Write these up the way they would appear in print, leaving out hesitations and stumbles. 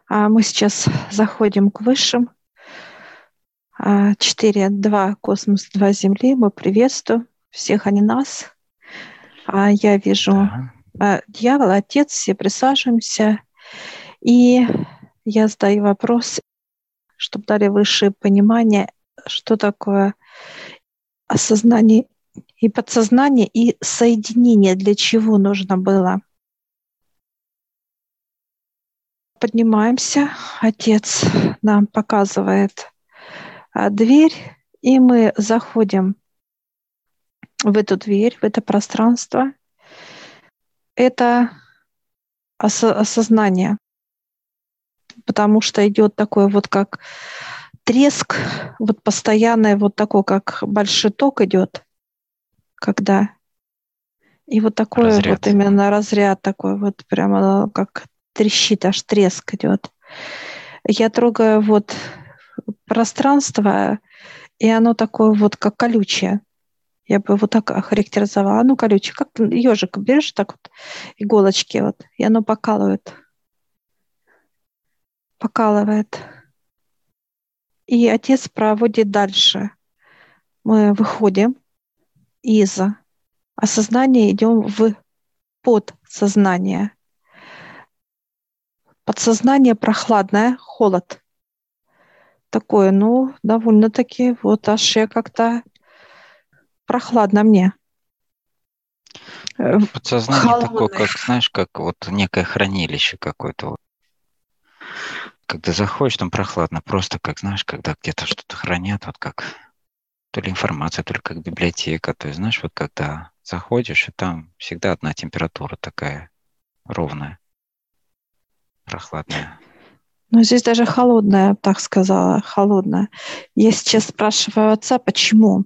Мы сейчас заходим к высшим. 4, 2 космос, 2 Земли. Мы приветствуем всех, а не нас. Я вижу Да. дьявола, отец, все присаживаемся. И я задаю вопрос, чтобы дали высшее понимание, что такое осознание и подсознание, и соединение, для чего нужно было. Поднимаемся, отец нам показывает дверь, и мы заходим в эту дверь, в это пространство. Это осознание, потому что идет такой вот как треск, вот постоянный вот такой, как большой ток идет, когда и вот такой вот Разряд. именно разряд такой вот прямо как трещит, аж треск идет. Я трогаю вот пространство, и оно такое вот как колючее. Я бы вот так охарактеризовала. Ну, колючее, как ежик берешь так вот, иголочки вот, и оно покалывает. И отец проводит дальше. Мы выходим из осознания, идем в подсознание. Подсознание прохладное, холод. Такое, ну, довольно-таки, вот аж я как-то прохладно мне. Подсознание такое, Холодный. как, знаешь, как вот некое хранилище какое-то. Вот. Когда заходишь, там прохладно. Просто как, знаешь, когда где-то что-то хранят, вот как то ли информация, то ли как библиотека. То есть, знаешь, вот когда заходишь, и там всегда одна температура такая ровная, прохладная. Но здесь даже холодная, я бы так сказала, холодная. Я сейчас спрашиваю отца, почему.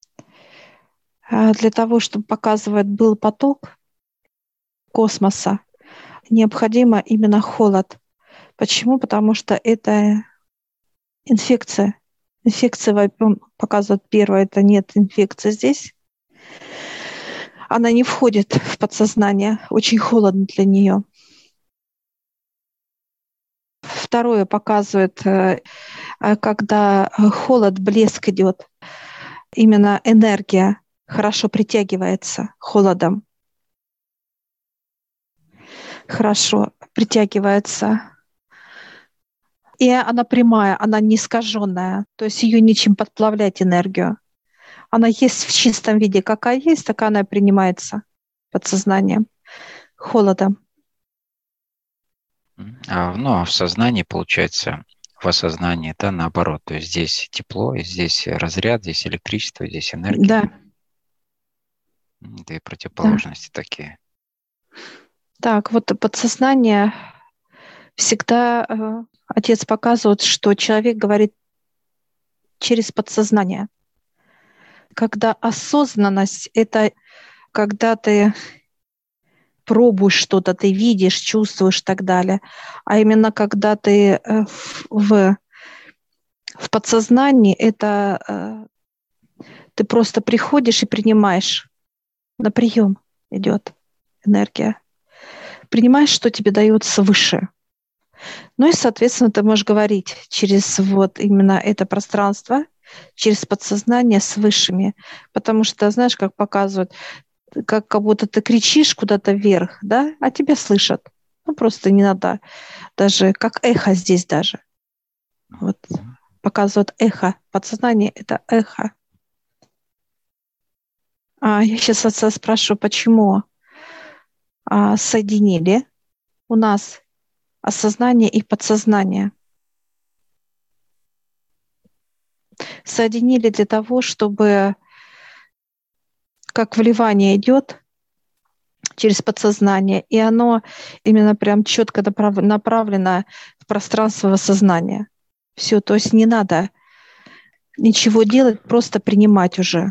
Для того, чтобы показывать был поток космоса, необходимо именно холод. Почему? Потому что это инфекция. Инфекция показывает первое, это нет инфекции здесь. Она не входит в подсознание, очень холодно для нее. Второе показывает, когда холод, блеск идет, именно энергия хорошо притягивается холодом. Хорошо притягивается. И она прямая, она не искаженная. То есть ее нечем подплавлять энергию. Она есть в чистом виде. Какая есть, такая она и принимается подсознанием, холодом. А в сознании, получается, в осознании, да, наоборот. То есть здесь тепло, и здесь разряд, здесь электричество, здесь энергия. Да, Две да. противоположности такие. Так, вот подсознание всегда отец показывает, что человек говорит через подсознание. Когда осознанность– это когда ты пробуешь что-то, ты видишь, чувствуешь и так далее. А именно когда ты в подсознании, это ты просто приходишь и принимаешь. На прием идет энергия. Принимаешь, что тебе дается выше. Ну и, соответственно, ты можешь говорить через вот именно это пространство, через подсознание с высшими. Потому что, знаешь, как показывают, как будто ты кричишь куда-то вверх, да, а тебя слышат. Ну, просто не надо даже, как эхо здесь даже. Вот показывают эхо. Подсознание– это эхо. Я сейчас отца спрашиваю, почему соединили у нас осознание и подсознание. Соединили для того, чтобы как вливание идет через подсознание, и оно именно прям четко направлено в пространство сознания. Все, то есть не надо ничего делать, просто принимать уже.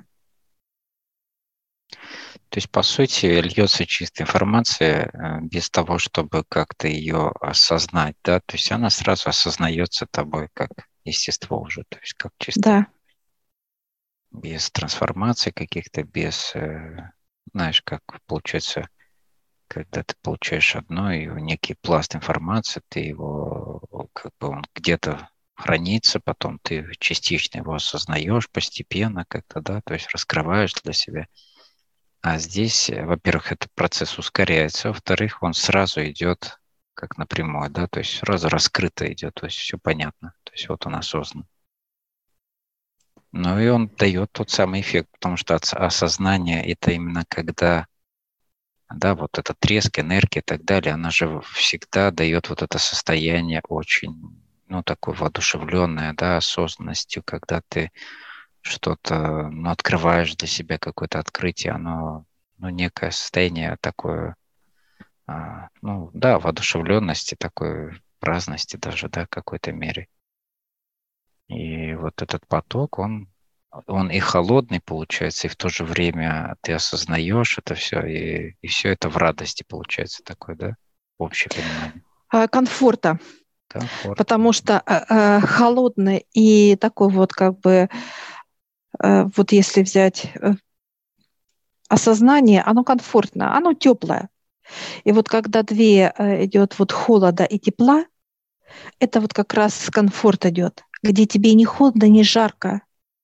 То есть, по сути, льется чистая информация без того, чтобы как-то ее осознать, да? То есть она сразу осознается тобой как естество уже, то есть как чисто Да, без трансформаций каких-то, без, знаешь, как получается, когда ты получаешь одно, и некий пласт информации, ты его как бы он где-то хранится, потом ты частично его осознаешь постепенно как-то, да, то есть раскрываешь для себя. А здесь, во-первых, этот процесс ускоряется, во-вторых, он сразу идет как напрямую, да, то есть сразу раскрыто идет, то есть все понятно, то есть вот он осознан. Ну и он дает тот самый эффект, потому что осознание – это именно когда, да, вот этот треск, энергия и так далее, она же всегда дает вот это состояние очень, ну, такое воодушевленное, да, осознанностью, когда ты что-то, ну, открываешь для себя какое-то открытие, оно, ну, некое состояние такое, ну, да, воодушевленности, такой праздности даже, да, в какой-то мере. И вот этот поток, он и холодный получается, и в то же время ты осознаешь это все, и все это в радости получается такое, да, общее понимание. Комфорта. Комфорт. Потому что холодный и такой вот как бы, вот если взять осознание, оно комфортно, оно теплое. И вот когда две идет вот холода и тепла, это вот как раз комфорт идет, где тебе не холодно, не жарко.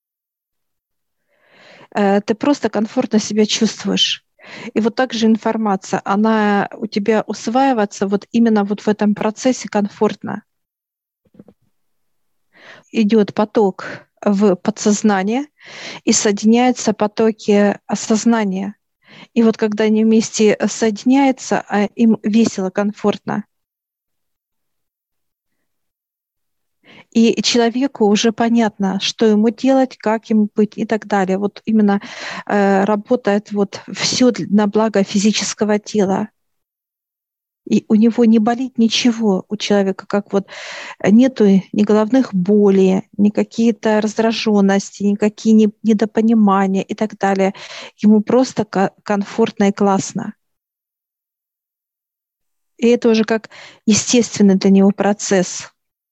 Ты просто комфортно себя чувствуешь. И вот так же информация, она у тебя усваивается вот именно вот в этом процессе комфортно. Идет поток в подсознание и соединяются потоки осознания. И вот когда они вместе соединяются, им весело, комфортно. И человеку уже понятно, что ему делать, как ему быть и так далее. Вот именно работает вот все на благо физического тела. И у него не болит ничего, у человека, как вот нету ни головных болей, ни какие-то раздраженности, никакие недопонимания и так далее. Ему просто комфортно и классно. И это уже как естественный для него процесс.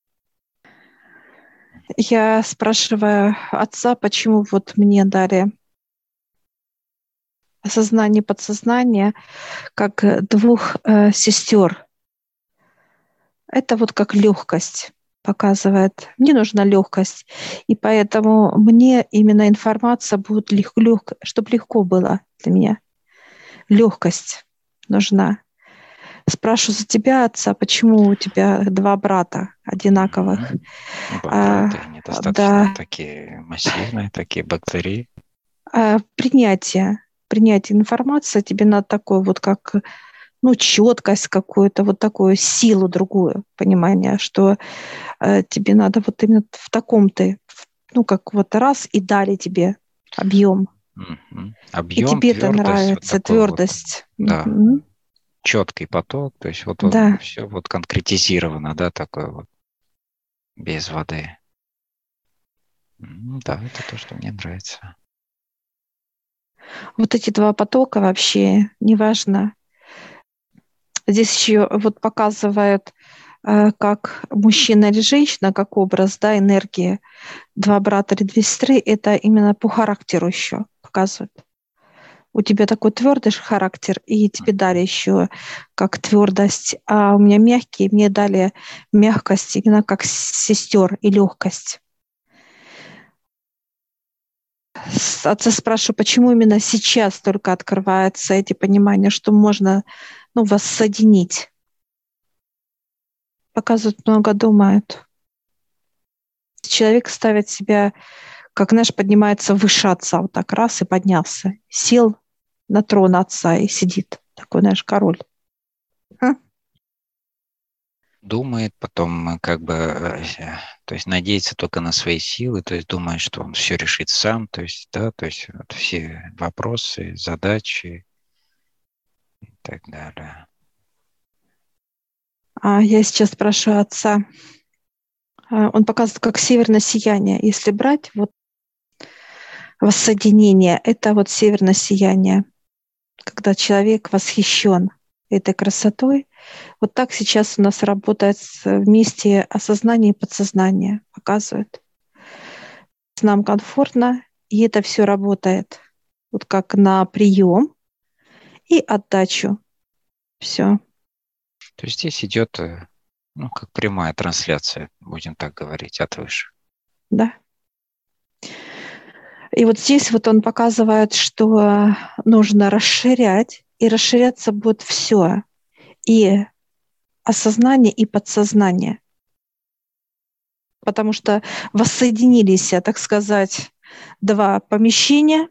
Я спрашиваю отца, почему вот мне дали осознание, подсознание, как двух сестер. Это вот как легкость показывает. Мне нужна легкость. И поэтому мне именно информация будет чтобы легко было для меня. Легкость нужна. Спрашиваю за тебя, отца, почему у тебя два брата одинаковых? Бывает, и они достаточно Да, такие массивные, такие бактерии. Принятие информации тебе надо такое вот как, ну, четкость какую-то, вот такую силу другую, понимание, что тебе надо вот именно в таком-то, ну, как вот раз и дали тебе объем. И Объем, тебе это твердость, вот нравится, такой вот, твердость. да, Мгм. четкий поток, то есть вот Да. все вот конкретизировано, да, такое вот, без воды. Да, это то, что мне нравится. Вот эти два потока вообще, неважно. Здесь еще вот показывают, как мужчина или женщина, как образ, да, энергии. Два брата или две сестры, это именно по характеру еще показывают. У тебя такой твердый характер, и тебе дали еще как твердость, а у меня мягкий, мне дали мягкость именно как сестер и легкость. Отца спрашиваю, почему именно сейчас только открываются эти понимания, что можно, ну, вас соединить. Показывают, много думают. Человек ставит себя, как, знаешь, поднимается выше отца, вот так раз и поднялся. Сел на трон отца и сидит. Такой, знаешь, король. Думает, потом как бы, то есть надеется только на свои силы, то есть думает, что он все решит сам, то есть, да, то есть вот все вопросы, задачи и так далее. Я сейчас спрашиваю отца. Он показывает, как северное сияние. Если брать вот воссоединение, это вот северное сияние, когда человек восхищен этой красотой. Вот так сейчас у нас работает вместе осознание и подсознание, показывает. Нам комфортно, и это все работает. Вот как на прием и отдачу. Все. То есть здесь идет Ну, как прямая трансляция, будем так говорить, от выше. Да. И вот здесь вот он показывает, что нужно расширять, и расширяться будет все. И осознание, и подсознание. Потому что воссоединились, так сказать, два помещения.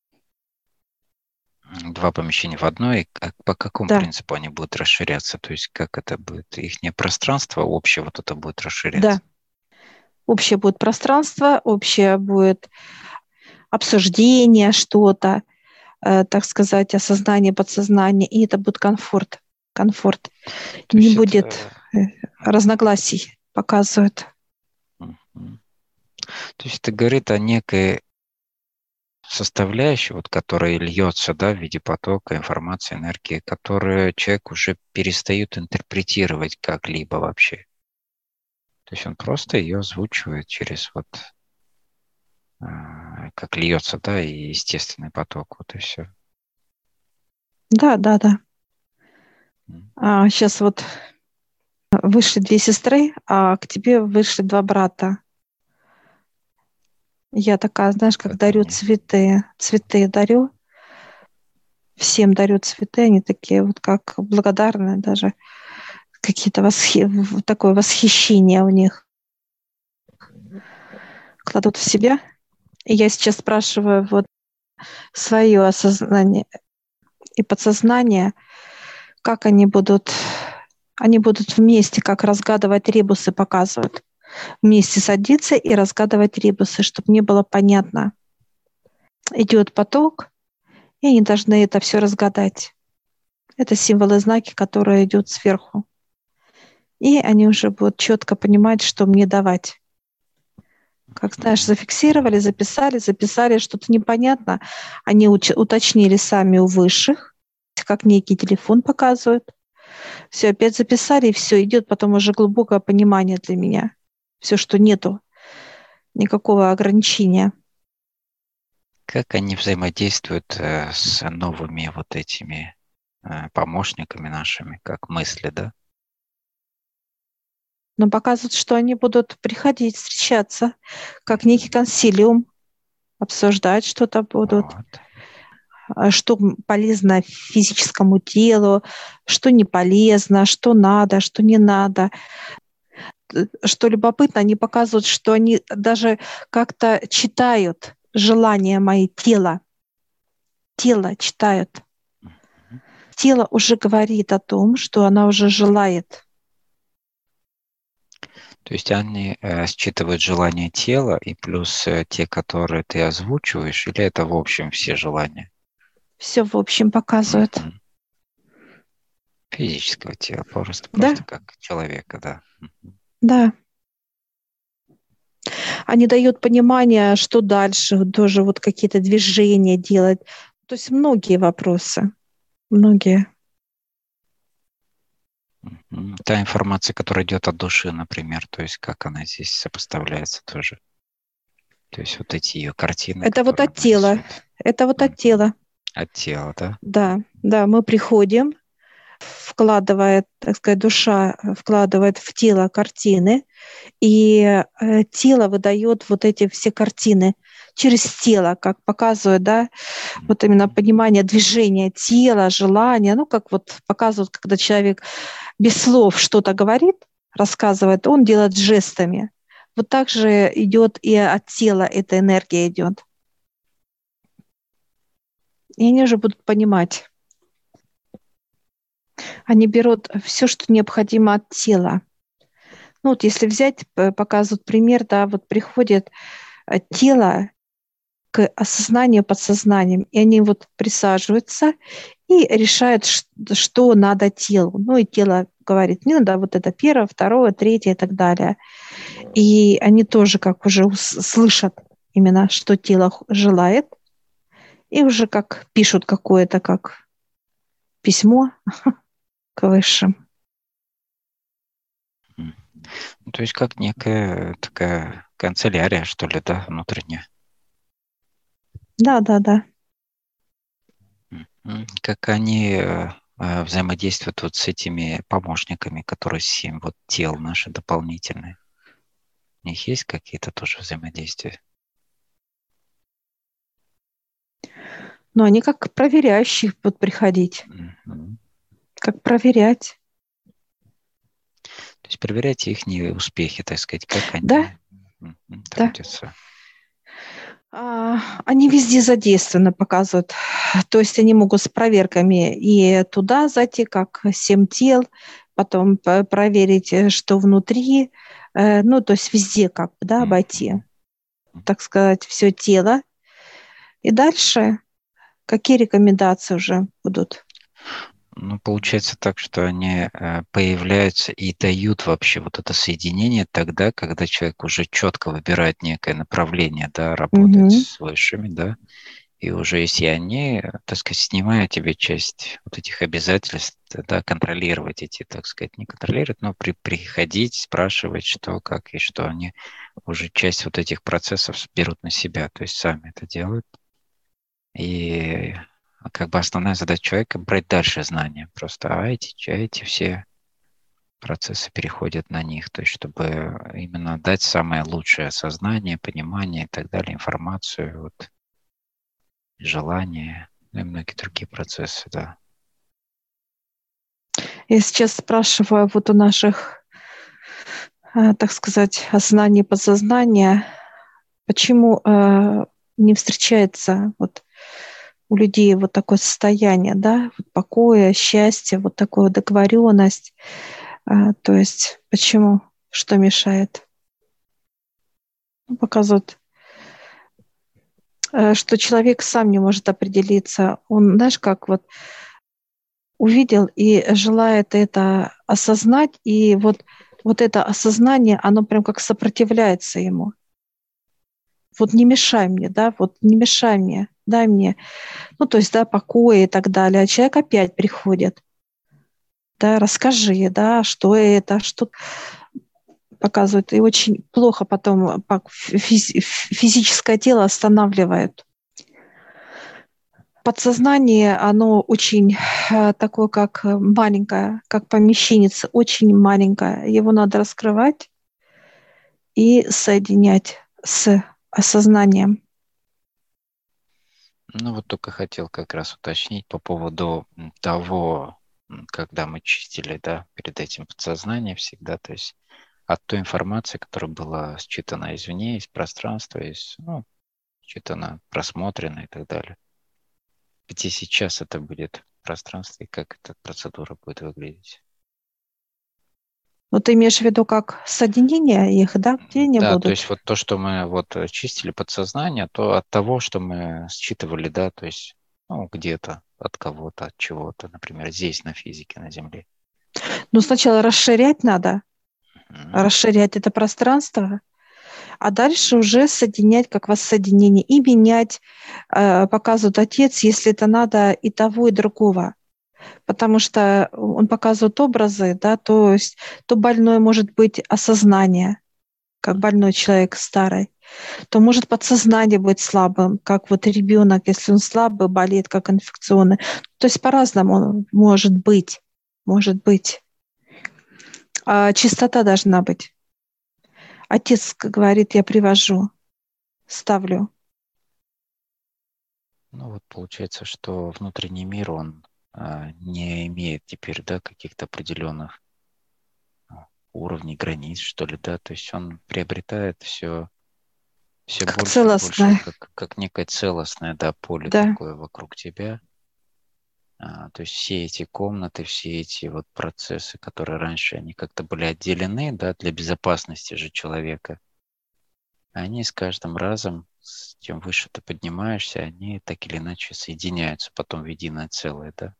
Два помещения в одно, и по какому Да, принципу они будут расширяться? То есть как это будет? Их пространство общее вот это будет да. расширяться? Общее будет пространство, общее будет обсуждение, что-то, так сказать, осознание, подсознание, и это будет комфорт. Комфорт. То Не есть будет это... разногласий, показывают. Мгм. То есть это говорит о некой составляющей, вот, которая льется, да, в виде потока информации, энергии, которую человек уже перестает интерпретировать как-либо вообще. То есть он просто ее озвучивает через вот как льется, да, и естественный поток, вот и все. Да, да, да. Сейчас вот вышли две сестры, а к тебе вышли два брата. Я такая, знаешь, как Как дарю они... цветы. Цветы дарю. Всем дарю цветы. Они такие вот как благодарные даже. Какие-то такое восхищение у них. Кладут в себя. И я сейчас спрашиваю вот свое осознание и подсознание, как они будут вместе, как разгадывать ребусы показывают. Вместе садиться и разгадывать ребусы, чтобы мне было понятно. Идет поток, и они должны это все разгадать. Это символы знаки, которые идут сверху. И они уже будут четко понимать, что мне давать. Как, знаешь, зафиксировали, записали, что-то непонятно. Они уточнили сами у высших, как некий телефон показывают. Все, опять записали, и все, идет потом уже глубокое понимание для меня. Все, что нету никакого ограничения. Как они взаимодействуют с новыми вот этими помощниками нашими, как мысли, да? Но показывают, что они будут приходить, встречаться, как некий консилиум, обсуждать что-то будут, Вот. что полезно физическому телу, что не полезно, что надо, что не надо. Что любопытно, они показывают, что они даже как-то читают желания мои тела. Тело читают. Тело уже говорит о том, что она уже желает. То есть они считывают желания тела и плюс те, которые ты озвучиваешь, или это в общем все желания? Все в общем показывают. Мгм. Физического тела, просто, Да, просто как человека, да. Мгм. да. Они дают понимание, что дальше, тоже вот какие-то движения делать. То есть многие вопросы, многие. Мгм. Та информация, которая идет от души, например, то есть как она здесь сопоставляется тоже. То есть вот эти ее картины, Это вот которые от она тела. рисует. Это вот от Мгм. тела. От тела, да? Да, да, мы приходим, вкладывает, так сказать, душа вкладывает в тело картины, и тело выдает вот эти все картины через тело, как показывает, да, вот именно Мгм. понимание движения тела, желания, ну, как вот показывают, когда человек без слов что-то говорит, рассказывает, он делает жестами. Вот так же идет и от тела эта энергия идет. И они уже будут понимать. Они берут все, что необходимо от тела. Ну вот если взять, показывают пример, да, вот приходит тело к осознанию подсознанием, и они вот присаживаются и решают, что надо телу. Ну и тело говорит, не надо вот это первое, второе, третье и так далее. И они тоже как уже слышат именно, что тело желает, и уже как пишут какое-то как письмо к высшим. М. Ну, то есть как некая такая канцелярия, что ли, да, внутренняя. Да, да, да. Как они взаимодействует вот с этими помощниками, которые 7 вот тел наши дополнительные? У них есть какие-то тоже взаимодействия? Но они как проверяющие будут приходить. Мгм. Как проверять. То есть проверяйте их успехи, так сказать, как Да, они да. трудятся. Они везде задействованы, показывают. То есть они могут с проверками и туда зайти, как 7 тел, потом проверить, что внутри. Ну, то есть везде как бы, да, обойти, Мгм. так сказать, все тело. И дальше какие рекомендации уже будут? Ну, получается так, что они появляются и дают вообще вот это соединение тогда, когда человек уже четко выбирает некое направление, да, работать Мгм. с высшими, да, и уже если они, так сказать, снимают тебе часть вот этих обязательств, да, контролировать эти, так сказать, не контролировать, но приходить, спрашивать, что, как и что, они уже часть вот этих процессов берут на себя, то есть сами это делают. И как бы основная задача человека брать дальше знания. Просто эти все процессы переходят на них. То есть чтобы именно дать самое лучшее осознание, понимание и так далее, информацию, вот, желание, ну и многие другие процессы, да. Я сейчас спрашиваю вот у наших, так сказать, осознания и подсознания, почему не встречается вот у людей вот такое состояние, да, вот покоя, счастья, вот такая договоренность. То есть почему, что мешает? Ну, показывают, что человек сам не может определиться. Он, знаешь, как вот увидел и желает это осознать, и вот это осознание, оно прям как сопротивляется ему. Вот не мешай мне, да, вот не мешай мне, дай мне, ну, то есть, да, покоя и так далее. А человек опять приходит, да, расскажи, да, что это, что показывают. И очень плохо потом физическое тело останавливает. Подсознание, оно очень такое, как маленькое, как помещенец, очень маленькое. Его надо раскрывать и соединять с осознанием. Ну вот только хотел как раз уточнить по поводу того, когда мы чистили, да, перед этим подсознание всегда, то есть от той информации, которая была считана извне, из пространства, из, ну, считана, просмотрена и так далее. Где сейчас это будет пространство и как эта процедура будет выглядеть? Но ты имеешь в виду как соединение их, да, где они Да, то будут? есть вот то, что мы вот чистили подсознание, то от того, что мы считывали, да, то есть ну, где-то от кого-то, от чего-то, например, здесь на физике, на Земле. Но сначала расширять надо, Мгм. расширять это пространство, а дальше уже соединять как воссоединение и менять, показывает отец, если это надо и того, и другого. Потому что он показывает образы, да, то есть то больной может быть осознание, как больной человек старый, то может подсознание быть слабым, как вот ребенок, если он слабый, болеет, как инфекционный. То есть по-разному он может быть, может быть. Чистота должна быть. Отец говорит, я привожу, ставлю. Ну вот получается, что внутренний мир, он не имеет теперь, да, каких-то определенных уровней, границ, что ли, да, то есть он приобретает все Как больше и больше, целостное, как некое целостное, да, поле да. такое вокруг тебя. То есть все эти комнаты, все эти вот процессы, которые раньше, они как-то были отделены, да, для безопасности же человека, они с каждым разом, с тем выше ты поднимаешься, они так или иначе соединяются потом в единое целое, да.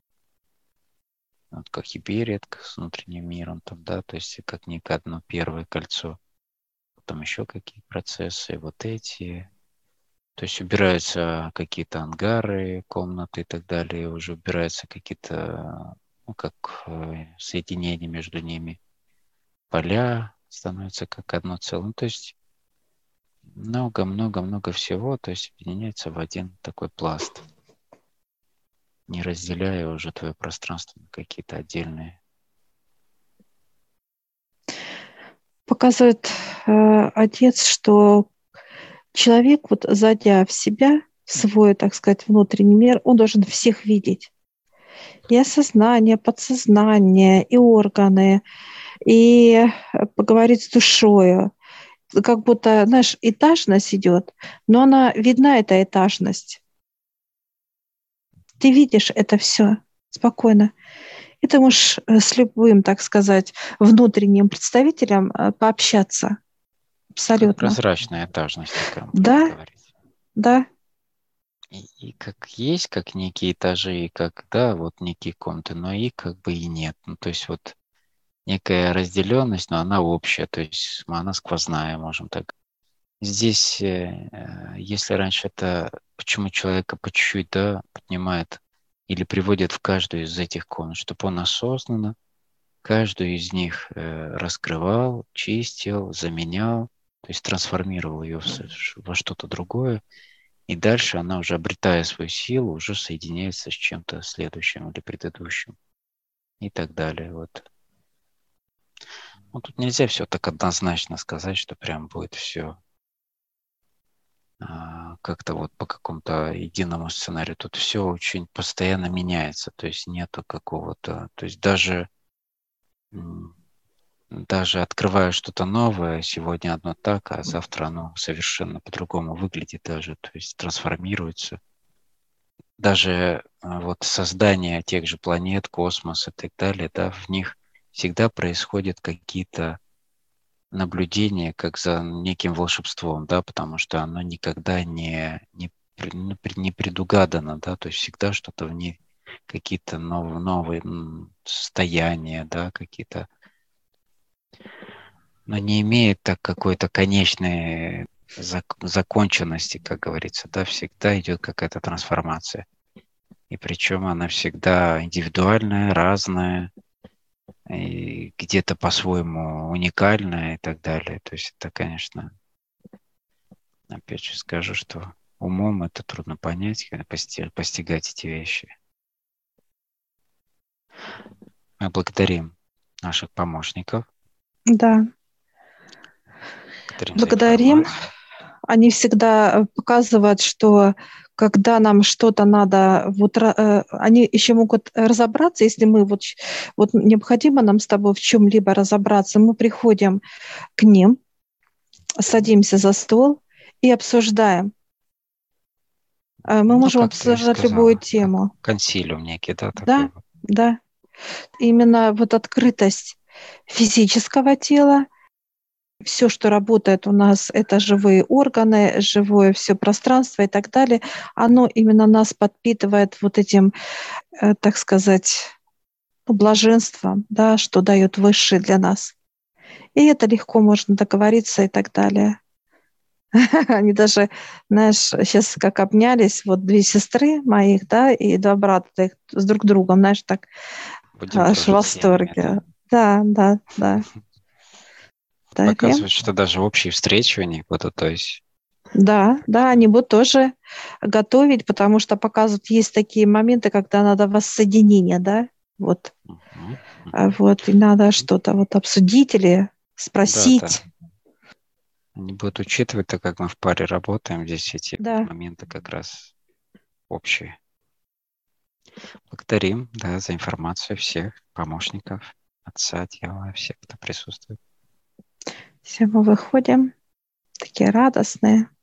Вот как Ибериотка с внутренним миром, там, да, то есть как некое одно первое кольцо, потом еще какие процессы, вот эти, то есть убираются какие-то ангары, комнаты и так далее, уже убираются какие-то, ну, как соединения между ними, поля становятся как одно целое. Ну, то есть много-много-много всего, то есть объединяется в один такой пласт. не разделяя уже твое пространство на какие-то отдельные. Показывает отец, что человек, вот зайдя в себя, в свой, так сказать, внутренний мир, он должен всех видеть. И осознание, подсознание, и органы, и поговорить с душою. Как будто, знаешь, этажность идет, но она видна, эта этажность. Ты видишь это все спокойно. И ты можешь с любым, так сказать, внутренним представителем пообщаться. Как Абсолютно. прозрачная этажность такая, можно Да, говорить. да, И как есть, как некие этажи, и как, да, вот некие комнаты, но и как бы и нет. Ну, то есть вот некая разделенность, но она общая, то есть она сквозная, можем так. Здесь, если раньше это, почему человека по чуть-чуть, да, поднимает или приводит в каждую из этих комнат, чтобы он осознанно каждую из них раскрывал, чистил, заменял, то есть трансформировал ее во что-то другое, и дальше она уже, обретая свою силу, уже соединяется с чем-то следующим или предыдущим и так далее. Вот. Ну, тут нельзя все так однозначно сказать, что прям будет все как-то вот по какому-то единому сценарию. Тут все очень постоянно меняется, то есть нету какого-то, то есть даже открывая что-то новое, сегодня одно так, а завтра оно совершенно по-другому выглядит даже, то есть трансформируется. Даже вот создание тех же планет, космоса и так далее, да, в них всегда происходят какие-то наблюдения, как за неким волшебством, да, потому что оно никогда не предугадано, да, то есть всегда что-то в ней, какие-то новые состояния, да, какие-то, но не имеет так какой-то конечной законченности, как говорится, да, всегда идет какая-то трансформация. И причем она всегда индивидуальная, разная, и где-то по-своему уникальная и так далее. То есть это, конечно, опять же скажу, что умом это трудно понять, когда постигать эти вещи. Мы благодарим наших помощников, да. благодарим за Благодарим. информацию. Они всегда показывают, что когда нам что-то надо, вот они еще могут разобраться, если мы вот необходимо нам с тобой в чем-либо разобраться, мы приходим к ним, садимся за стол и обсуждаем. Мы Ну, можем как ты и обсуждать любую сказала, как тему. консилиум некий, да, такой Да, вот. да. Именно вот открытость физического тела, все, что работает у нас, это живые органы, живое все пространство и так далее, оно именно нас подпитывает вот этим, так сказать, ну, блаженством, да, что дает высшее для нас. И это легко можно договориться и так далее. Они даже, знаешь, сейчас как обнялись, вот две сестры моих, да, и два брата их с друг другом, знаешь, так Будем аж в дружить с ними, да. восторге. Да, да, да. Дарья. Показывает, что даже общие встречи у них будут, то есть. Да, Так да, что, они будут тоже готовить, потому что показывают, есть такие моменты, когда надо воссоединение, да, вот, мгм, мгм. вот, и надо что-то вот обсудить или Да, да. спросить. Они будут учитывать, так как мы в паре работаем, здесь эти Да, моменты как раз общие. Благодарим, да, за информацию всех помощников, отца, дьявола, всех, кто присутствует. все мы выходим такие радостные.